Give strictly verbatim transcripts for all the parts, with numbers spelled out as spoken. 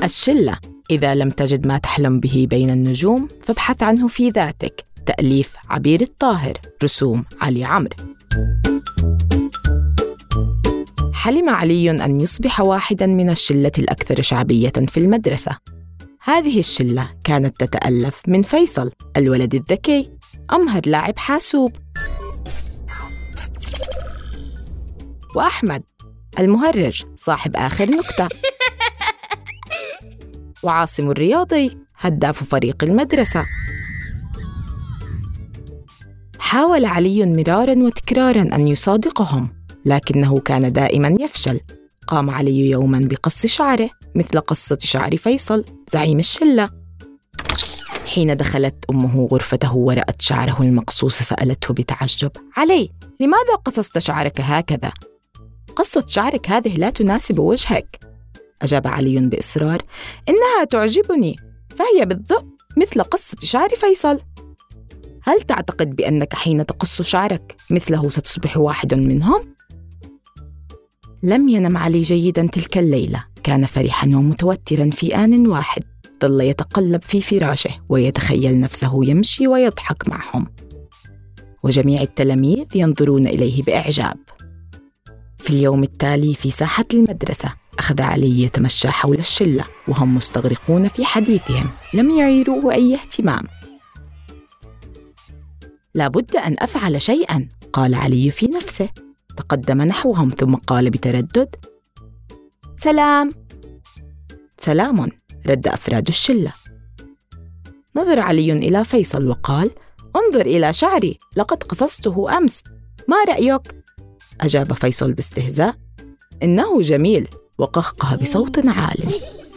الشلة. إذا لم تجد ما تحلم به بين النجوم فابحث عنه في ذاتك. تأليف عبير الطاهر، رسوم علي عمرو. حلم علي أن يصبح واحداً من الشلة الأكثر شعبية في المدرسة. هذه الشلة كانت تتألف من فيصل الولد الذكي أمهر لاعب حاسوب، وأحمد المهرج صاحب آخر نكتة، وعاصم الرياضي هداف فريق المدرسة. حاول علي مراراً وتكراراً أن يصادقهم، لكنه كان دائماً يفشل. قام علي يوماً بقص شعره مثل قصة شعر فيصل زعيم الشلة. حين دخلت أمه غرفته ورأت شعره المقصوص سألته بتعجب: علي، لماذا قصصت شعرك هكذا؟ قصة شعرك هذه لا تناسب وجهك. أجاب علي بإصرار: إنها تعجبني، فهي بالضبط مثل قصة شعر فيصل. هل تعتقد بأنك حين تقص شعرك مثله ستصبح واحد منهم؟ لم ينم علي جيداً تلك الليلة. كان فرحاً ومتوتراً في آن واحد. ظل يتقلب في فراشه ويتخيل نفسه يمشي ويضحك معهم، وجميع التلاميذ ينظرون إليه بإعجاب. في اليوم التالي في ساحة المدرسة أخذ علي يتمشى حول الشلة وهم مستغرقون في حديثهم، لم يعيروه أي اهتمام. لابد أن أفعل شيئاً، قال علي في نفسه. تقدم نحوهم ثم قال بتردد: سلام. سلام، رد أفراد الشلة. نظر علي إلى فيصل وقال: انظر إلى شعري، لقد قصصته أمس، ما رأيك؟ أجاب فيصل باستهزاء: إنه جميل، وقهقه بصوت عال.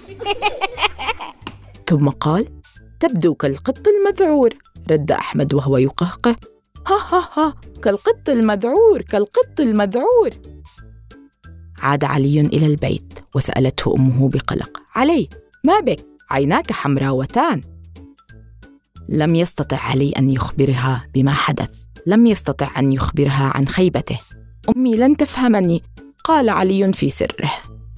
ثم قال: تبدو كالقط المذعور، رد أحمد وهو يقهقه: ها ها ها، كالقط المذعور، كالقط المذعور. عاد علي إلى البيت وسألته أمه بقلق: علي، ما بك؟ عيناك حمراوتان. لم يستطع علي أن يخبرها بما حدث، لم يستطع أن يخبرها عن خيبته. أمي لن تفهمني، قال علي في سره.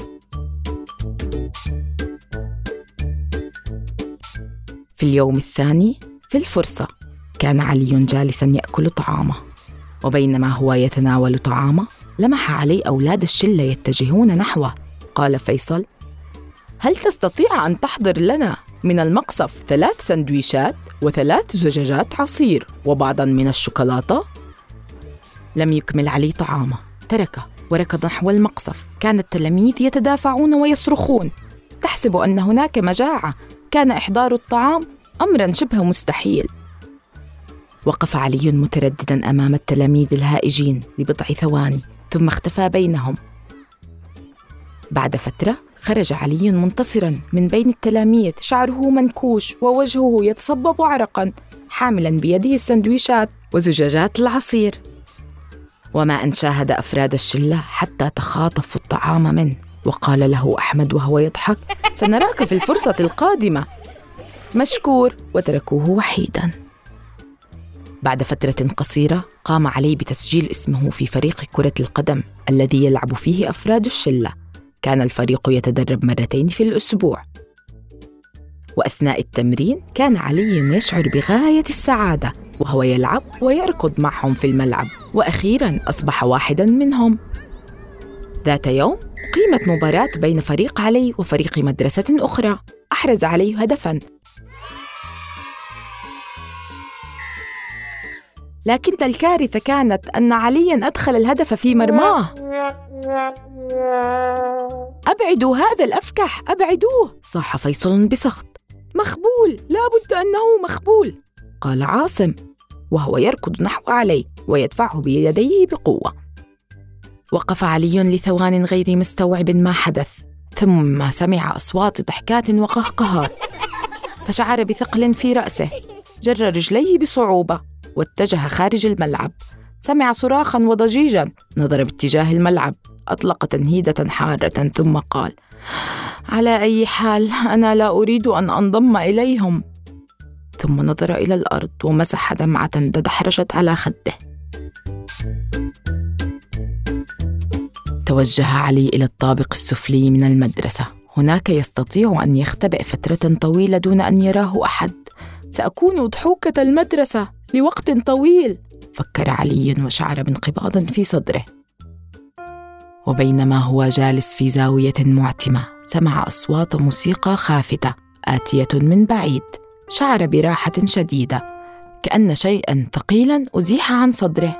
في اليوم الثاني في الفرصة كان علي جالساً يأكل طعامه، وبينما هو يتناول طعامه لمح علي أولاد الشلة يتجهون نحوه. قال فيصل: هل تستطيع أن تحضر لنا من المقصف ثلاث سندويشات وثلاث زجاجات عصير وبعضاً من الشوكولاتة؟ لم يكمل علي طعامه، تركه وركض نحو المقصف. كان التلاميذ يتدافعون ويصرخون. تحسب أن هناك مجاعة. كان إحضار الطعام أمراً شبه مستحيل. وقف علي متردداً أمام التلاميذ الهائجين لبضع ثواني ثم اختفى بينهم. بعد فترة خرج علي منتصراً من بين التلاميذ، شعره منكوش ووجهه يتصبب عرقاً، حاملاً بيده السندويشات وزجاجات العصير. وما أن شاهد أفراد الشلة حتى تخاطفوا الطعام منه. وقال له أحمد وهو يضحك: سنراك في الفرصة القادمة. مشكور. وتركوه وحيداً. بعد فترة قصيرة قام علي بتسجيل اسمه في فريق كرة القدم الذي يلعب فيه أفراد الشلة. كان الفريق يتدرب مرتين في الأسبوع، وأثناء التمرين كان علي يشعر بغاية السعادة وهو يلعب ويركض معهم في الملعب، وأخيراً أصبح واحداً منهم. ذات يوم قيمت مباراة بين فريق علي وفريق مدرسة أخرى. أحرز علي هدفاً، لكن الكارثة كانت أن علياً أدخل الهدف في مرماه. أبعدوا هذا الأفكح، أبعدوه، صاح فيصل بسخط. مخبول، لا بد أنه مخبول، قال عاصم وهو يركض نحو علي ويدفعه بيديه بقوة. وقف علي لثوان غير مستوعب ما حدث، ثم سمع أصوات ضحكات وقهقهات، فشعر بثقل في رأسه. جر رجليه بصعوبة واتجه خارج الملعب. سمع صراخاً وضجيجاً، نظر باتجاه الملعب، أطلق تنهيدة حارة ثم قال: على أي حال أنا لا أريد أن أنضم إليهم. ثم نظر إلى الأرض ومسح دمعة تدحرجت على خده. توجه علي إلى الطابق السفلي من المدرسة. هناك يستطيع أن يختبئ فترة طويلة دون أن يراه أحد. سأكون أضحوكة المدرسة لوقت طويل، فكر علي وشعر بانقباض في صدره. وبينما هو جالس في زاوية معتمة سمع أصوات موسيقى خافتة آتية من بعيد. شعر براحة شديدة، كأن شيئاً ثقيلاً أزيح عن صدره.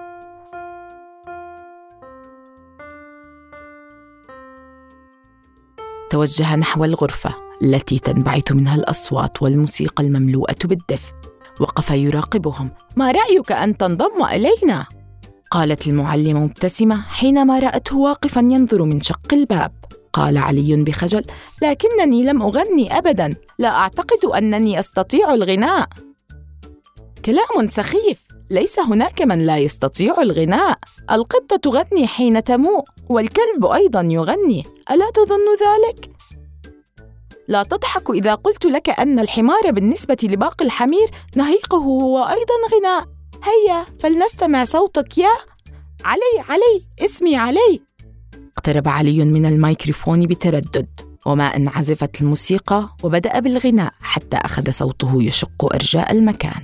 توجه نحو الغرفة التي تنبعث منها الأصوات والموسيقى المملوءة بالدفء. وقف يراقبهم. ما رأيك أن تنضم إلينا؟ قالت المعلمة مبتسمة حينما رأته واقفاً ينظر من شق الباب. قال علي بخجل: لكنني لم أغني أبداً، لا أعتقد أنني أستطيع الغناء. كلام سخيف، ليس هناك من لا يستطيع الغناء. القطة تغني حين تموء، والكلب أيضاً يغني، ألا تظن ذلك؟ لا تضحك إذا قلت لك أن الحمار بالنسبة لباقي الحمير نهيقه هو أيضاً غناء. هيا فلنستمع صوتك يا علي. علي، اسمي علي. اقترب علي من الميكروفون بتردد، وما أن عزفت الموسيقى وبدأ بالغناء حتى أخذ صوته يشق أرجاء المكان.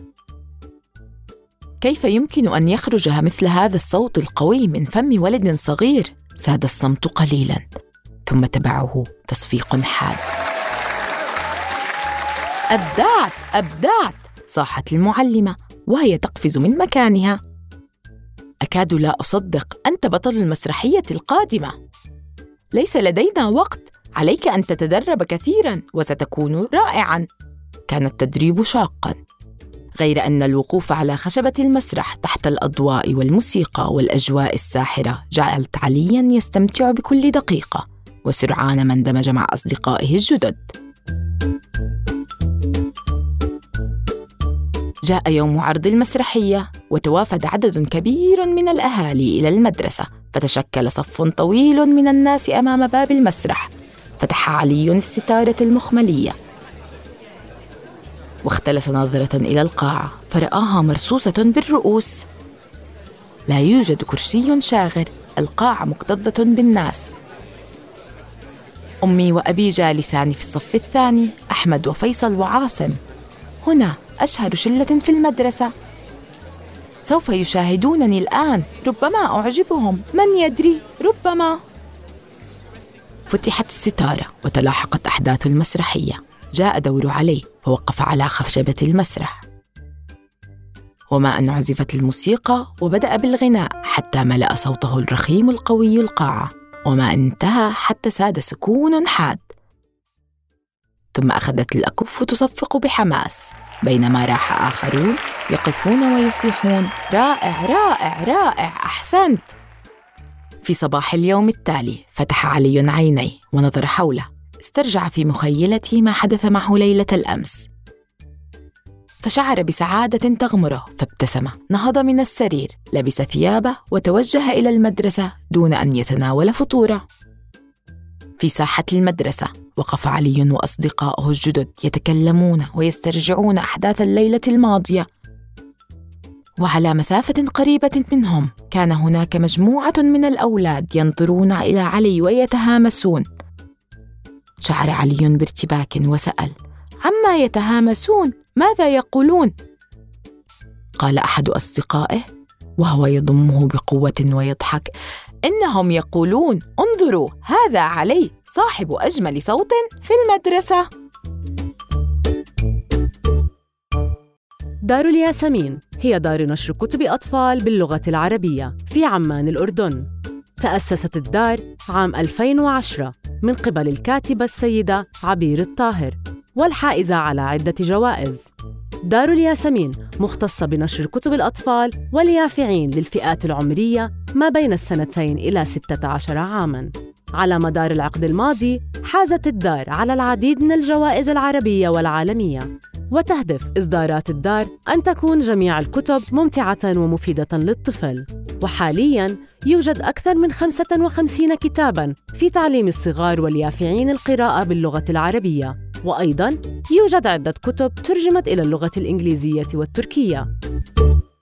كيف يمكن أن يخرج مثل هذا الصوت القوي من فم ولد صغير؟ ساد الصمت قليلاً، ثم تبعه تصفيق حاد. أبدعت أبدعت، صاحت المعلمة وهي تقفز من مكانها. أكاد لا أصدق، أنت بطل المسرحية القادمة. ليس لدينا وقت، عليك أن تتدرب كثيراً وستكون رائعاً. كان التدريب شاقاً، غير أن الوقوف على خشبة المسرح تحت الأضواء والموسيقى والأجواء الساحرة جعلت علياً يستمتع بكل دقيقة، وسرعان ما اندمج مع أصدقائه الجدد. جاء يوم عرض المسرحية، وتوافد عدد كبير من الأهالي إلى المدرسة، فتشكل صف طويل من الناس أمام باب المسرح. فتح علي الستارة المخملية واختلس نظرة إلى القاعة، فرآها مرصوصة بالرؤوس. لا يوجد كرسي شاغر، القاعة مكتظة بالناس. أمي وأبي جالسان في الصف الثاني، أحمد وفيصل وعاصم. هنا أشهر شلة في المدرسة. سوف يشاهدونني الآن، ربما أعجبهم، من يدري، ربما. فتحت الستارة وتلاحقت أحداث المسرحية. جاء دور علي، فوقف على خشبة المسرح. وما أن عزفت الموسيقى وبدأ بالغناء حتى ملأ صوته الرخيم القوي القاعة، وما انتهى حتى ساد سكون حاد. ثم أخذت الأكف تصفق بحماس، بينما راح آخرون يقفون ويصيحون: رائع رائع رائع، أحسنت. في صباح اليوم التالي فتح علي عينيه ونظر حوله، استرجع في مخيلته ما حدث معه ليلة الأمس، فشعر بسعادة تغمره، فابتسم، نهض من السرير، لبس ثيابه وتوجه إلى المدرسة دون أن يتناول فطوره. في ساحة المدرسة وقف علي وأصدقائه الجدد يتكلمون ويسترجعون أحداث الليلة الماضية. وعلى مسافة قريبة منهم كان هناك مجموعة من الأولاد ينظرون إلى علي ويتهامسون. شعر علي بارتباك وسأل: عما يتهامسون؟ ماذا يقولون؟ قال أحد أصدقائه وهو يضمه بقوة ويضحك: إنهم يقولون انظروا، هذا علي صاحب أجمل صوت في المدرسة. دار الياسمين هي دار نشر كتب أطفال باللغة العربية في عمان الأردن. تأسست الدار عام ألفين وعشرة من قبل الكاتبة السيدة عبير الطاهر، والحائزة على عدة جوائز. دار الياسمين مختصة بنشر كتب الأطفال واليافعين للفئات العمرية ما بين السنتين إلى ستة عشر عاماً. على مدار العقد الماضي حازت الدار على العديد من الجوائز العربية والعالمية، وتهدف إصدارات الدار أن تكون جميع الكتب ممتعة ومفيدة للطفل. وحالياً يوجد أكثر من خمسة وخمسين كتاباً في تعليم الصغار واليافعين القراءة باللغة العربية، وأيضاً يوجد عدة كتب ترجمت إلى اللغة الإنجليزية والتركية.